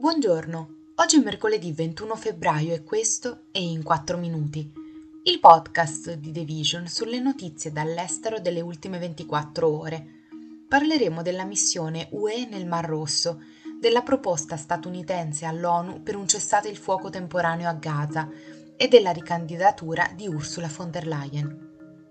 Buongiorno, oggi è mercoledì 21 febbraio e questo è In 4 Minuti, il podcast di The Vision sulle notizie dall'estero delle ultime 24 ore. Parleremo della missione UE nel Mar Rosso, della proposta statunitense all'ONU per un cessate il fuoco temporaneo a Gaza e della ricandidatura di Ursula von der Leyen.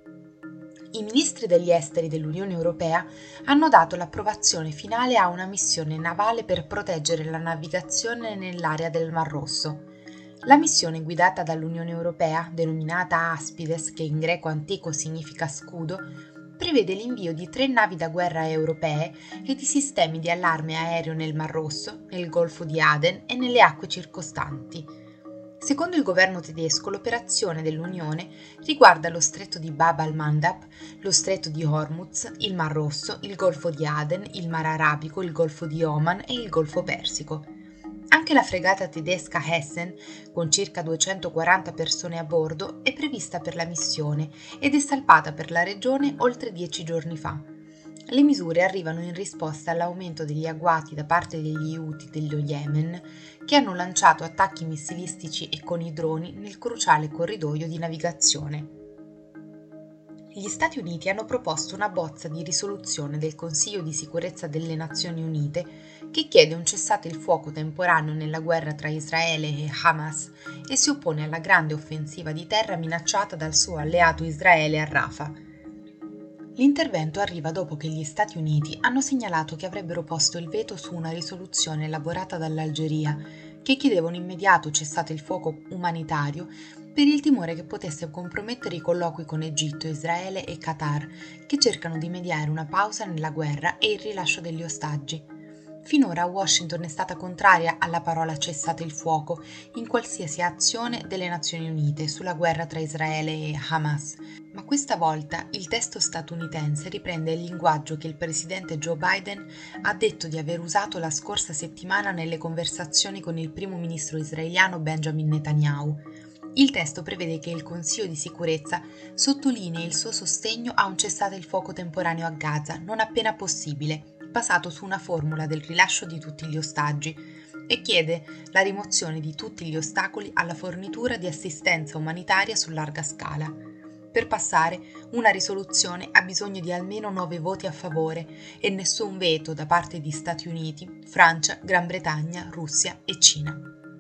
I ministri degli esteri dell'Unione Europea hanno dato l'approvazione finale a una missione navale per proteggere la navigazione nell'area del Mar Rosso. La missione guidata dall'Unione Europea, denominata Aspides, che in greco antico significa scudo, prevede l'invio di 3 navi da guerra europee e di sistemi di allarme aereo nel Mar Rosso, nel Golfo di Aden e nelle acque circostanti. Secondo il governo tedesco, l'operazione dell'Unione riguarda lo stretto di Bab al-Mandab, lo stretto di Hormuz, il Mar Rosso, il Golfo di Aden, il Mar Arabico, il Golfo di Oman e il Golfo Persico. Anche la fregata tedesca Hessen, con circa 240 persone a bordo, è prevista per la missione ed è salpata per la regione oltre 10 giorni fa. Le misure arrivano in risposta all'aumento degli agguati da parte degli Houthi dello Yemen, che hanno lanciato attacchi missilistici e con i droni nel cruciale corridoio di navigazione. Gli Stati Uniti hanno proposto una bozza di risoluzione del Consiglio di sicurezza delle Nazioni Unite che chiede un cessate il fuoco temporaneo nella guerra tra Israele e Hamas e si oppone alla grande offensiva di terra minacciata dal suo alleato Israele a Rafah. L'intervento arriva dopo che gli Stati Uniti hanno segnalato che avrebbero posto il veto su una risoluzione elaborata dall'Algeria che chiedeva un immediato cessate il fuoco umanitario per il timore che potesse compromettere i colloqui con Egitto, Israele e Qatar, che cercano di mediare una pausa nella guerra e il rilascio degli ostaggi. Finora Washington è stata contraria alla parola cessate il fuoco in qualsiasi azione delle Nazioni Unite sulla guerra tra Israele e Hamas, ma questa volta il testo statunitense riprende il linguaggio che il presidente Joe Biden ha detto di aver usato la scorsa settimana nelle conversazioni con il primo ministro israeliano Benjamin Netanyahu. Il testo prevede che il Consiglio di sicurezza sottolinei il suo sostegno a un cessate il fuoco temporaneo a Gaza non appena possibile, basato su una formula del rilascio di tutti gli ostaggi, e chiede la rimozione di tutti gli ostacoli alla fornitura di assistenza umanitaria su larga scala. Per passare, una risoluzione ha bisogno di almeno 9 voti a favore e nessun veto da parte di Stati Uniti, Francia, Gran Bretagna, Russia e Cina.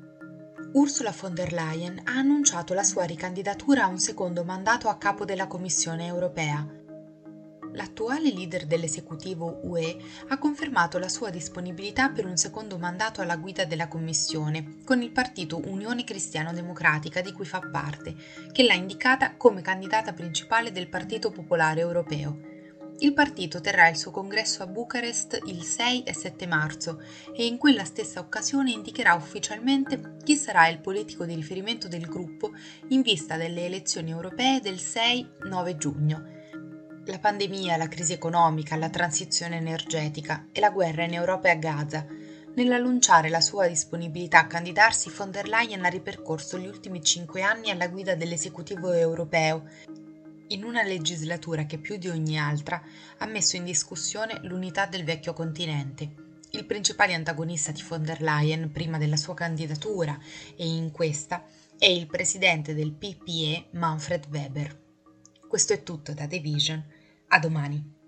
Ursula von der Leyen ha annunciato la sua ricandidatura a un secondo mandato a capo della Commissione europea. L'attuale leader dell'esecutivo UE ha confermato la sua disponibilità per un secondo mandato alla guida della Commissione, con il partito Unione Cristiano-Democratica di cui fa parte, che l'ha indicata come candidata principale del Partito Popolare Europeo. Il partito terrà il suo congresso a Bucarest il 6 e 7 marzo e in quella stessa occasione indicherà ufficialmente chi sarà il politico di riferimento del gruppo in vista delle elezioni europee del 6-9 giugno. La pandemia, la crisi economica, la transizione energetica e la guerra in Europa e a Gaza. Nell'annunciare la sua disponibilità a candidarsi, von der Leyen ha ripercorso gli ultimi 5 anni alla guida dell'esecutivo europeo, in una legislatura che più di ogni altra ha messo in discussione l'unità del vecchio continente. Il principale antagonista di von der Leyen prima della sua candidatura e in questa è il presidente del PPE Manfred Weber. Questo è tutto da The Vision. A domani.